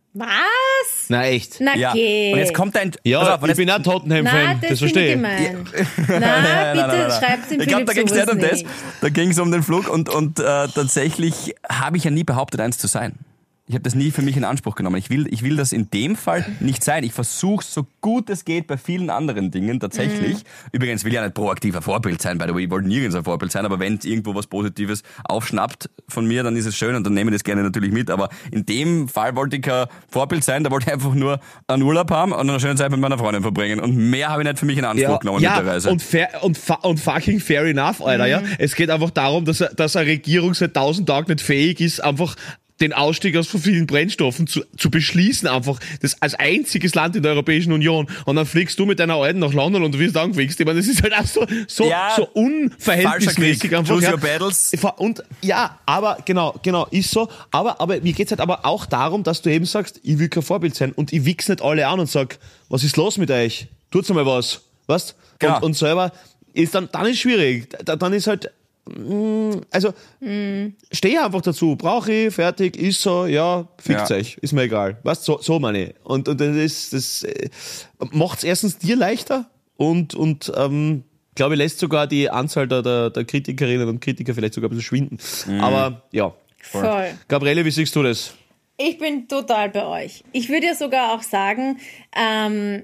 Was? Na echt? Na Ja. geh. Und jetzt kommt ein... Ja, pass auf, und ich jetzt, bin auch Tottenham-Fan, Na, das, das finde ich verstehe ich. gemein. Na, bitte schreibt dem Ich glaube, Philipp da ging es sowas nicht um das. nicht. Da ging es um den Flug und, und äh, tatsächlich habe ich ja nie behauptet, eins zu sein. Ich habe das nie für mich in Anspruch genommen. Ich will, ich will das in dem Fall nicht sein. Ich versuche so gut es geht bei vielen anderen Dingen tatsächlich. Mhm. Übrigens will ich ja nicht proaktiver Vorbild sein, by the way. Ich wollte nirgends ein Vorbild sein, aber wenn irgendwo was Positives aufschnappt von mir, dann ist es schön und dann nehme ich das gerne natürlich mit. Aber in dem Fall wollte ich kein Vorbild sein, da wollte ich einfach nur einen Urlaub haben und eine schöne Zeit mit meiner Freundin verbringen. Und mehr habe ich nicht für mich in Anspruch Ja, genommen ja, mit der Reise. Und, fair, und, fa- und fucking fair enough, Alter, Mhm. ja. Es geht einfach darum, dass, dass eine Regierung seit tausend Tagen nicht fähig ist, einfach den Ausstieg aus fossilen Brennstoffen zu, zu beschließen, einfach das als einziges Land in der Europäischen Union. Und dann fliegst du mit deiner Alten nach London und du wirst angefixt. Ich meine, das ist halt auch so, so, Ja, so unverhältnismäßig einfach. Choose Ja. your battles. Und ja, aber genau, genau, ist so. Aber, aber mir geht's halt aber auch darum, dass du eben sagst, ich will kein Vorbild sein und ich wichs nicht alle an und sag, was ist los mit euch? Tut's mal was, weißt? Genau. Und, und selber ist dann, dann ist schwierig. Da, dann ist halt, also, Mhm. stehe einfach dazu, brauche ich, fertig, ist so, ja, fickt Ja. euch, ist mir egal. Weißt, so, so meine ich. Und, und das ist, das äh, macht's erstens dir leichter und, und, ähm, glaube ich, lässt sogar die Anzahl der, der, der Kritikerinnen und Kritiker vielleicht sogar ein bisschen schwinden. Mhm. Aber, ja. Voll. Gabriele, wie siehst du das? Ich bin total bei euch. Ich würde ja sogar auch sagen, ähm,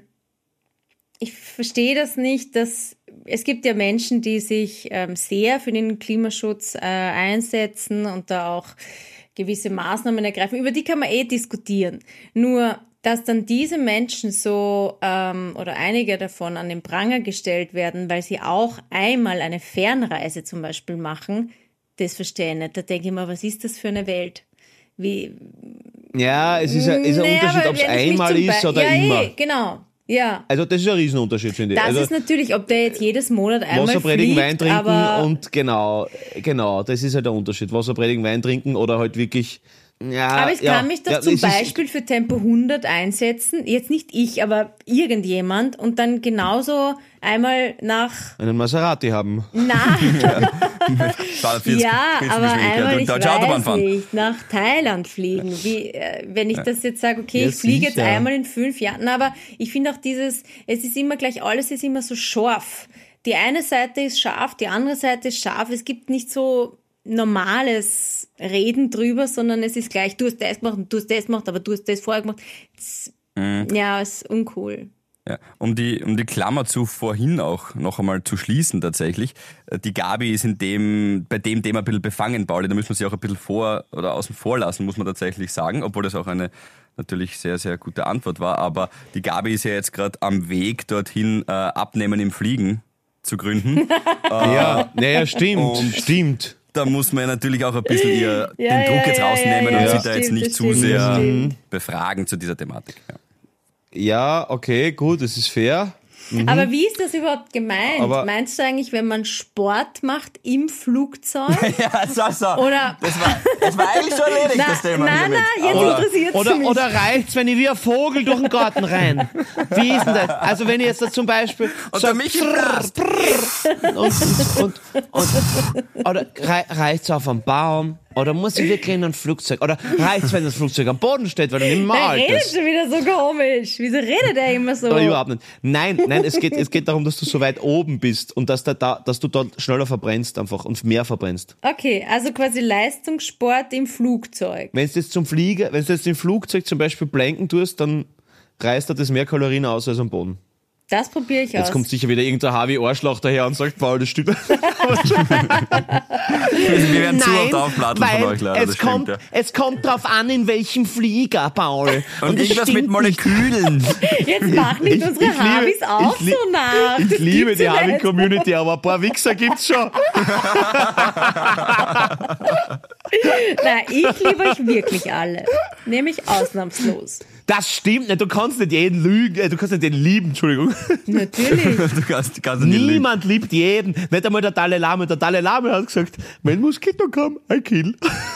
ich verstehe das nicht, dass es gibt ja Menschen, die sich ähm, sehr für den Klimaschutz äh, einsetzen und da auch gewisse Maßnahmen ergreifen. Über die kann man eh diskutieren. Nur, dass dann diese Menschen so ähm, oder einige davon an den Pranger gestellt werden, weil sie auch einmal eine Fernreise zum Beispiel machen, das verstehe ich nicht. Da denke ich mir, was ist das für eine Welt? Wie, Ja, es ist, ein- ist ein naja, Unterschied, aber ob es wenn ich mich einmal zum ist Be- oder ja, immer. Eh, genau, ja. Also das ist ein Riesenunterschied, finde ich. Das also, ist natürlich, ob der jetzt jedes Monat einmal Wasser predigen, fliegt, Wein trinken aber und genau, genau, das ist halt der Unterschied. Wasser predigen, Wein trinken oder halt wirklich, ja. Aber ich ja, kann mich doch ja, zum es ist- Beispiel für Tempo hundert einsetzen, jetzt nicht ich, aber irgendjemand und dann genauso einmal nach, einen Maserati haben. na, vierzig ja, aber einmal, durch ich deutsche Autobahn weiß fahren. nicht, nach Thailand fliegen. Wie, äh, wenn ich das jetzt sage, okay, Ja, ich fliege jetzt sicher. einmal in fünf Jahren, na, aber ich finde auch dieses, es ist immer gleich, alles ist immer so scharf. Die eine Seite ist scharf, die andere Seite ist scharf. Es gibt nicht so normales Reden drüber, sondern es ist gleich, du hast das gemacht und du hast das gemacht, aber du hast das vorher gemacht. Das, Mhm. Ja, ist uncool. Ja, um die, um die Klammer zu vorhin auch noch einmal zu schließen tatsächlich. Die Gabi ist in dem, bei dem Thema ein bisschen befangen, Pauli. Da müssen wir sie auch ein bisschen vor oder außen vor lassen, muss man tatsächlich sagen, obwohl das auch eine natürlich sehr, sehr gute Antwort war. Aber die Gabi ist ja jetzt gerade am Weg dorthin, äh, Abnehmen im Fliegen zu gründen. Ja, naja, stimmt, Und- stimmt. Da muss man ja natürlich auch ein bisschen ihr Ja, den Druck ja, jetzt ja, rausnehmen ja, und ja, sie das da jetzt stimmt, nicht das zu stimmt, sehr das stimmt. befragen zu dieser Thematik. Ja. Ja, okay, gut, das ist fair. Aber wie ist das überhaupt gemeint? Aber- Meinst du eigentlich, wenn man Sport macht im Flugzeug? Ja, so, so. Oder Das war, das war eigentlich schon erledigt, Na, das Thema. nein, hiermit. nein, jetzt Aber- interessiert Oder, mich. oder reicht's, wenn ich wie ein Vogel durch den Garten rein? Wie ist denn das? Also wenn ich jetzt da zum Beispiel Und sag, der Michi blast. und, und, und, und oder rei- reicht's auf einem Baum? Oder muss ich wirklich in ein Flugzeug? Oder reicht's, wenn das Flugzeug am Boden steht, weil dann immer Der alt redet ist? schon wieder so komisch. Wieso redet er immer so? Aber überhaupt nicht. Nein, nein, es geht, es geht darum, dass du so weit oben bist und dass, da, da, dass du dort schneller verbrennst einfach und mehr verbrennst. Okay, also quasi Leistungssport im Flugzeug. Wenn du jetzt zum Flieger, wenn du jetzt im Flugzeug zum Beispiel blenken tust, dann reißt er das mehr Kalorien aus als am Boden. Das probiere ich Jetzt aus. kommt sicher wieder irgendein Harvey Arschloch daher und sagt, Paul, das stimmt. Wir werden zu oft aufplatteln von euch leider. es, das stimmt, kommt, ja. es kommt drauf an, in welchem Flieger, Paul. Und, es irgendwas mit stimmt nicht. Molekülen. Jetzt mach nicht Ich- unsere ich liebe- Harvis auch ich li- so nach. Ich Das liebe gibt's die ja nicht. Harvey-Community, aber ein paar Wichser gibt's schon. Nein, ich liebe euch wirklich alle. Nämlich ausnahmslos. Das stimmt nicht, du kannst nicht jeden lügen, äh, du kannst nicht jeden lieben, Entschuldigung. Natürlich. Du kannst, kannst nicht lügen. Niemand liebt jeden, nicht einmal der Dalai Lama. Der Dalai Lama hat gesagt, wenn Moskito kommt, I kill.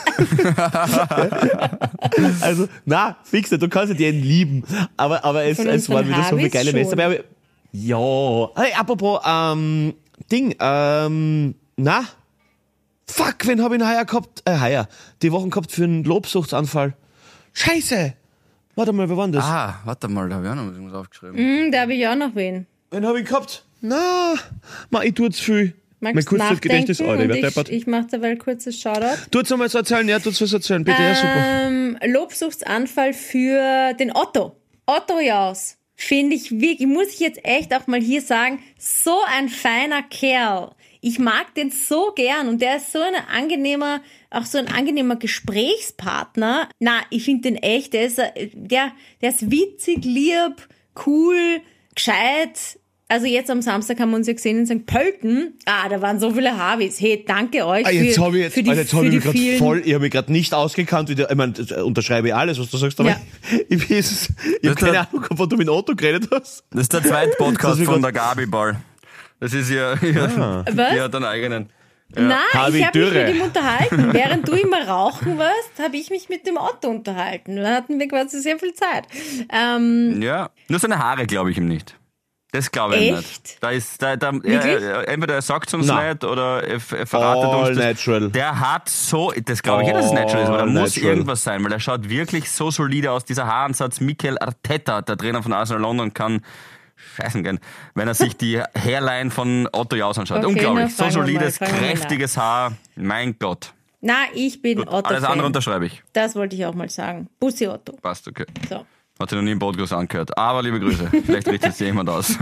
Also, na, fix nicht, du kannst nicht jeden lieben. Aber, aber es, Von es waren unseren wieder so viele Harvis geile Messer. schon. Aber, ja, hey, apropos, ähm, Ding, ähm, na, fuck, wen hab ich denn heuer gehabt, äh, heuer, die Wochen gehabt für einen Lobsuchtsanfall. Scheiße! Warte mal, wer war denn das? Ah, warte mal, da habe ich auch noch irgendwas aufgeschrieben. Hm, da habe ich auch noch wen. Wen habe ich gehabt? Na, ma, ich tue zu viel. Magst Mein du Kurzzeitgedächtnis, nachdenken? Alter, ich Und werd ich, deppert. ich mache dabei ein kurzes Shoutout. Tut's nochmal was erzählen, ja, tut's was erzählen, bitte, ja, super. Ähm, Lobsuchtsanfall für den Otto. Otto Jaus. Finde ich wirklich, muss ich jetzt echt auch mal hier sagen, so ein feiner Kerl. Ich mag den so gern und der ist so ein angenehmer, auch so ein angenehmer Gesprächspartner. Na, ich finde den echt, der ist, der, der ist witzig, lieb, cool, gescheit. Also jetzt am Samstag haben wir uns ja gesehen in Sankt Pölten. Ah, da waren so viele Harvis. Hey, danke euch Ah, jetzt für, habe ich jetzt, für die, Alter, jetzt hab für ich die mich gerade vielen... voll, ich habe mich gerade nicht ausgekannt, wie der, ich meine, unterschreibe ich alles, was du sagst, aber Ja. ich weiß es, ich habe Das keine hat- Ahnung, ob du mit dem Otto geredet hast. Das ist der zweite Podcast Das ist von grad- der Gabi Ball. Das ist ihr, ihr Ah. Was? die hat einen eigenen. Nein, Harvey ich habe mich Dürre. mit ihm unterhalten. Während du immer rauchen warst, habe ich mich mit dem Otto unterhalten. Da hatten wir quasi sehr viel Zeit. Ähm, Ja, nur seine Haare glaube ich ihm nicht. Das glaube ich ihm Echt? nicht. Da ist, da, da, Wirklich? er, er, entweder er sagt uns Na. nicht oder er, er verratet All uns das. natural. Der hat so, das glaube ich nicht, dass es natural ist, aber da All muss natural. irgendwas sein, weil er schaut wirklich so solide aus. Dieser Haaransatz, Mikel Arteta, der Trainer von Arsenal London, kann scheißen gehen, wenn er sich die Hairline von Otto Jaus anschaut. Okay, Unglaublich. na, So fangen wir solides, mal, fangen wir mal kräftiges Haar. Mein Gott. na, ich bin Gut, alles andere Otto-Fan. unterschreibe ich. Das wollte ich auch mal sagen. Bussi Otto. Passt, okay. So. Hat sich noch nie im Podcast angehört. Aber liebe Grüße. Vielleicht richtet sich jemand aus.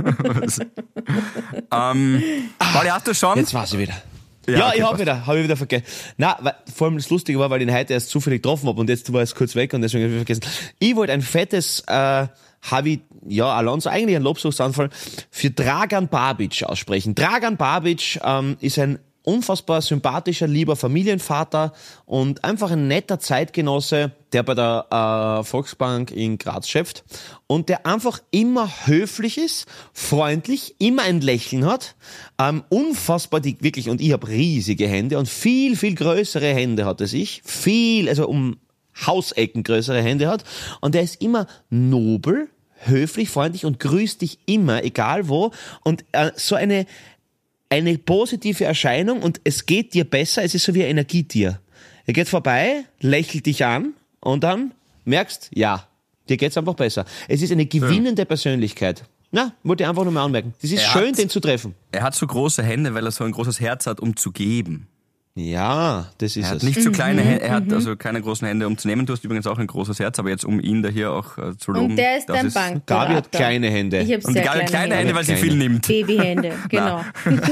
ähm, Pauli, hast du schon? Jetzt war's ich wieder. Ja, Ja, okay, ich hab passt. wieder, habe ich wieder vergessen. Na, weil, vor allem das Lustige war, weil ich ihn heute erst zufällig getroffen habe und jetzt war es kurz weg und deswegen habe ich vergessen. Ich wollte ein fettes, äh, Javi, ja, Alonso, eigentlich ein Lobsuchtsanfall für Dragan Babic aussprechen. Dragan Babic ähm, ist ein unfassbar sympathischer, lieber Familienvater und einfach ein netter Zeitgenosse, der bei der äh, Volksbank in Graz schäft und der einfach immer höflich ist, freundlich, immer ein Lächeln hat, ähm, unfassbar, die, wirklich, und ich habe riesige Hände und viel, viel größere Hände hat es ich, viel, also um Hausecken größere Hände hat und der ist immer nobel, höflich, freundlich und grüßt dich immer, egal wo und äh, so eine eine positive Erscheinung und es geht dir besser, es ist so wie ein Energietier. Er geht vorbei, lächelt dich an und dann merkst, ja, dir geht's einfach besser. Es ist eine gewinnende Persönlichkeit. Na, wollte ich einfach nur mal anmerken. Es ist Er schön, hat- den zu treffen. Er hat so große Hände, weil er so ein großes Herz hat, um zu geben. Ja, das ist Er hat es. nicht so kleine Hände, er hat also keine großen Hände, um zu nehmen. Du hast übrigens auch ein großes Herz, aber jetzt um ihn da hier auch äh, zu loben. Und der ist das ein Bankberater. Gabi hat kleine Hände. Ich habe Und sehr egal, kleine, kleine Hände, weil sie Kleine. viel nimmt. Babyhände, genau.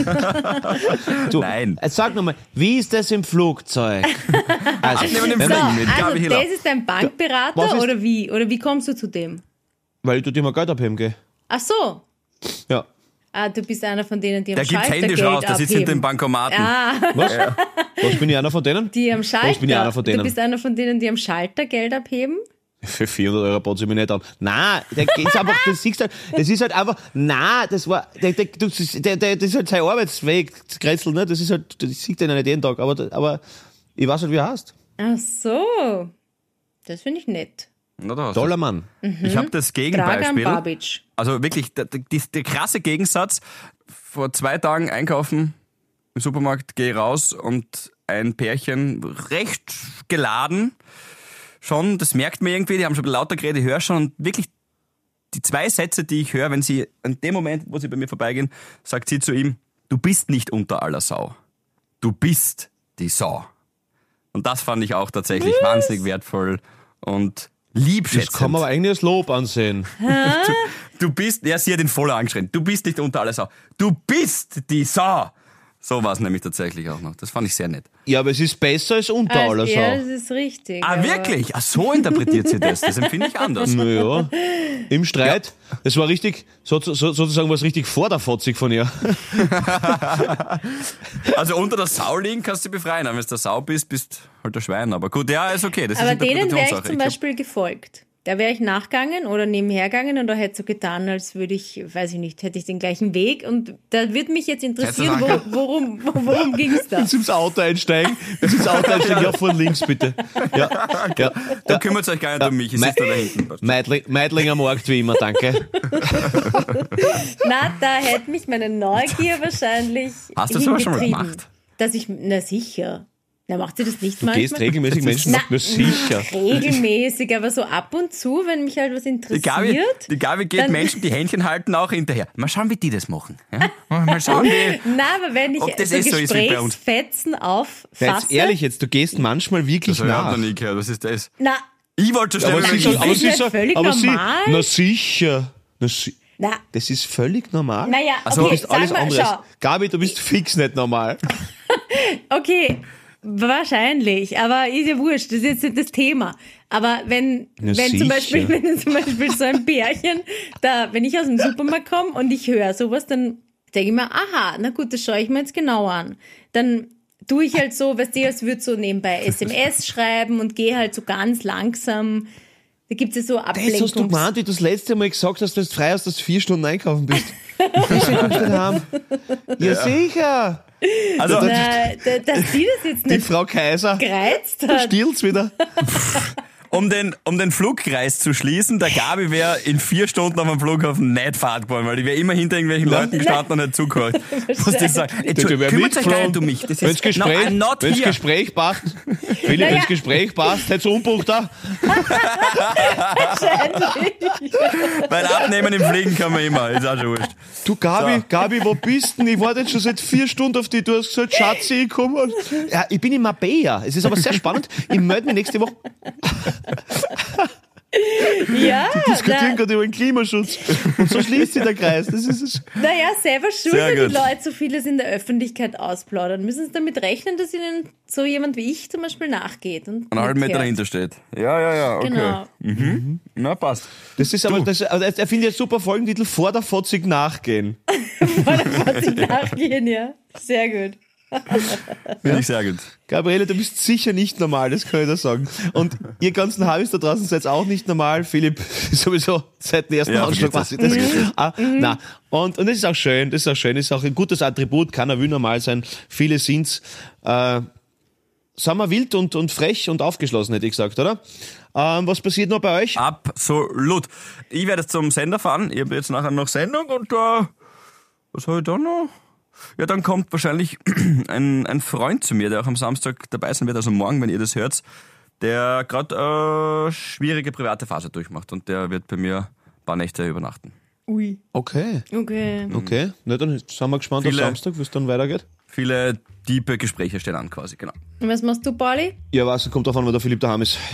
Du, Nein. Jetzt sag nochmal, wie ist das im Flugzeug? Also, Nehmen wir den wenn So, man, Fliegen mit Gabi also Hiller. das ist ein Bankberater Was ist- oder wie? Oder wie kommst du zu dem? weil ich tue dir mal Geld abheben, gell? Ach so. Ja. Ah, du bist einer von denen, die am Der gibt Schalter händisch Geld raus, der sitzt abheben. hinter dem Bankomaten. Ah, Was? Was, bin ich einer von denen? die am Schalter. Was, bin ich einer von denen? Du bist einer von denen, die am Schalter Geld abheben? Für vierhundert Euro bot sie mich nicht an. Nein, der geht's einfach, das siehst halt, das ist halt einfach, nein, das war, der, der, du, der, der, das ist halt sein Arbeitsweg, das Kretzel, ne, das ist halt, das sieht er nicht jeden Tag, aber, aber, ich weiß halt, wie er heißt. Ach so. Das finde ich nett. Na, da hast Toller Mann. Ich habe das Dragan Gegenbeispiel. Babic. Also wirklich, der, der, der krasse Gegensatz. Vor zwei Tagen einkaufen im Supermarkt, gehe raus und ein Pärchen recht geladen. Schon, das merkt man irgendwie, die haben schon lauter geredet, ich höre schon. Und wirklich die zwei Sätze, die ich höre, wenn sie, in dem Moment, wo sie bei mir vorbeigehen, sagt sie zu ihm, du bist nicht unter aller Sau. Du bist die Sau. Und das fand ich auch tatsächlich Was? wahnsinnig wertvoll und liebschätzend. Das kann man aber eigentlich als Lob ansehen. Du, du bist, ja, sie hat ihn voll angeschrien. Du bist nicht unter aller Sau. Du bist die Sau. So war es nämlich tatsächlich auch noch. Das fand ich sehr nett. Ja, aber es ist besser als unter aller Also, ja, das Sau. ist richtig. Ah, aber- wirklich? Ah, so interpretiert sie das. Das empfinde ich anders. Naja, im Streit, das war richtig, so, so, sozusagen war es richtig vorderfotzig von ihr. Also unter der Sau liegen kannst du dich befreien. Aber wenn du der Sau bist, bist halt der Schwein. Aber gut, ja, ist okay. Das Aber ist denen wäre ich Interpretationssache. zum Ich glaub, Beispiel gefolgt. Da wäre ich nachgegangen oder nebenher gegangen und da hätte so getan, als würde ich, weiß ich nicht, hätte ich den gleichen Weg. Und da würde mich jetzt interessieren, wo, Hättest worum, worum ging es da? Willst du ins Auto einsteigen? Willst du ins Auto einsteigen? Ja, von links bitte. Ja, ja. Dann kümmert euch gar nicht um mich. Ich sitze da da hinten. Meidling, Meidlinger Markt wie immer, danke. Na, da hätte mich meine Neugier wahrscheinlich Hast du sowas schon mal hingetrieben. gemacht? Dass ich, na sicher. Na, macht sie das nicht Du manchmal? gehst regelmäßig Menschen nach, na sicher. Regelmäßig, aber so ab und zu, wenn mich halt was interessiert. Die Gabi, die Gabi geht dann- Menschen, die Händchen halten, auch hinterher. Mal schauen, wie die das machen. Ja? Mal schauen, wie... Na, aber wenn ich Ob das so eh so ist wie bei uns. Gesprächsfetzen auffasse... Na, jetzt ehrlich jetzt, du gehst manchmal wirklich Das habe ich auch nach. noch nie gehört. Was ist das? Na, Ich wollte schon Aber schnell sie, wieder sagt- aber ist sie nicht sagt, völlig aber sie, normal? na sicher. Na, si na, das ist völlig normal. naja, Also, Du okay, bist alles sag mal, anderes. schau. Gabi, du bist fix nicht normal. Okay, wahrscheinlich, aber ist ja wurscht, das ist jetzt nicht das Thema. Aber wenn, Na, wenn zum Beispiel, sicher. wenn zum Beispiel so ein Pärchen, da, wenn ich aus dem Supermarkt komme und ich höre sowas, dann denke ich mir, aha, na gut, das schaue ich mir jetzt genau an. Dann tue ich halt so, weißt du, als würde so nebenbei S M S schreiben und gehe halt so ganz langsam. Da gibt es ja so Das hast du Ablenkungs... gemeint, wie du das letzte Mal gesagt hast, dass du frei hast, dass du vier Stunden einkaufen bist. Deswegen kommst du nicht heim. Ja, sicher. Also, Na, da- dass die das jetzt Die nicht Frau Kaiser gereizt hat. stiehlt's wieder. um den, um den Flugkreis zu schließen, der Gabi wäre in vier Stunden auf dem Flughafen nicht Fahrt geworden, weil die wäre immer hinter irgendwelchen Leuten gestanden und hat zugehört. Muss ich sagen. Du Entschuldigung, wär kümmert euch gar mitgeflogen. nicht um mich. Das Wenn's ist, no, Gespräch, I'm not wenn's here. Gespräch passt, Philipp, Naja. wenn's Gespräch passt, hätt's umbucht da. Weil abnehmen im Fliegen kann man immer, ist auch schon wurscht. Du Gabi, So. Gabi, wo bist denn? Ich warte jetzt schon seit vier Stunden auf dich. Du hast gesagt, Schatzi, ich komme. Ja, ich bin in Marbella. Es ist aber sehr spannend. Ich melde mich nächste Woche. Ja, Diskutieren na, gerade über den Klimaschutz. Und so schließt sich der Kreis. Das ist es. naja, selber schuld, Sehr wenn die gut. Leute so vieles in der Öffentlichkeit ausplaudern. Müssen sie damit rechnen, dass ihnen so jemand wie ich zum Beispiel nachgeht. Und Einen halben Meter mithört. dahinter steht. Ja, ja, ja, okay. Genau. Mhm. Na, passt. Das ist aber, das, also er findet jetzt super Folgentitel, vor der Fotzig nachgehen. Was sie nachgehen, ja. Sehr gut. Finde ich sehr gut. Gabriele, du bist sicher nicht normal, das kann ich dir sagen. Und ihr ganzen Habis da draußen seid auch nicht normal. Philipp ist sowieso seit dem ersten Ja, Anschlag, was vergiss ich das. es. Ah, na. Und, und das ist auch schön, das ist auch schön, das ist auch ein gutes Attribut, keiner will normal sein, viele sind's. Äh, sind wir wild und, und frech und aufgeschlossen, hätte ich gesagt, oder? Ähm, was passiert noch bei euch? Absolut. Ich werde jetzt zum Sender fahren. Ich habe jetzt nachher noch Sendung und äh, was habe ich da noch? Ja, dann kommt wahrscheinlich ein, ein Freund zu mir, der auch am Samstag dabei sein wird, also morgen, wenn ihr das hört, der gerade äh, schwierige private Phase durchmacht und der wird bei mir ein paar Nächte übernachten. Ui. Okay, Okay. okay. Na, dann sind wir gespannt Viele- auf Samstag, wie es dann weitergeht. Viele tiefe Gespräche stehen an quasi, genau. Und was machst du, Pauli? Ja, was, kommt drauf an, wo der Philipp daheim ist.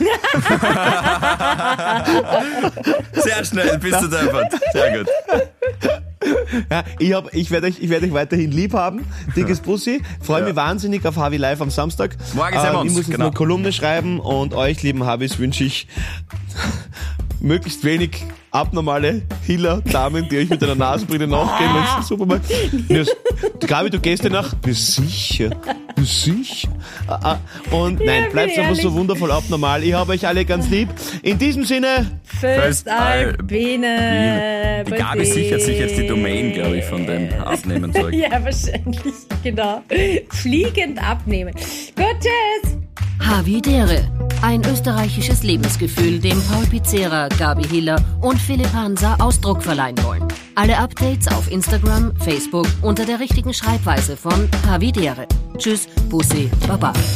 Sehr schnell, bist du deppert. Sehr gut. Ja, ich, hab, ich werde euch, ich werd euch weiterhin lieb haben. Dickes Bussi. Freue mich wahnsinnig auf Harvey Live am Samstag. Morgen sehen wir uns, Ich muss jetzt genau. eine Kolumne schreiben und euch, lieben Harveys, wünsche ich möglichst wenig abnormale Hiller-Damen, die euch mit einer Nasenbrille nachgehen, wenn es im Supermarkt. Ja, Gabi, du gehst danach? Ja, sicher. Ja, sicher. Ah, ah. Und nein, bin bleibt einfach so ehrlich. wundervoll abnormal. Ich habe euch alle ganz lieb. In diesem Sinne, Föstalpine. Die Gabi sichert sich jetzt die Domain, glaube ich, von dem Abnehmen-Zeug. Ja, wahrscheinlich. Genau. Fliegend abnehmen. Gut, tschüss. Havidere. Ein österreichisches Lebensgefühl, dem Paul Pizzera, Gabi Hiller und Philipp Hansa Ausdruck verleihen wollen. Alle Updates auf Instagram, Facebook unter der richtigen Schreibweise von Havidere. Tschüss, Bussi, Baba.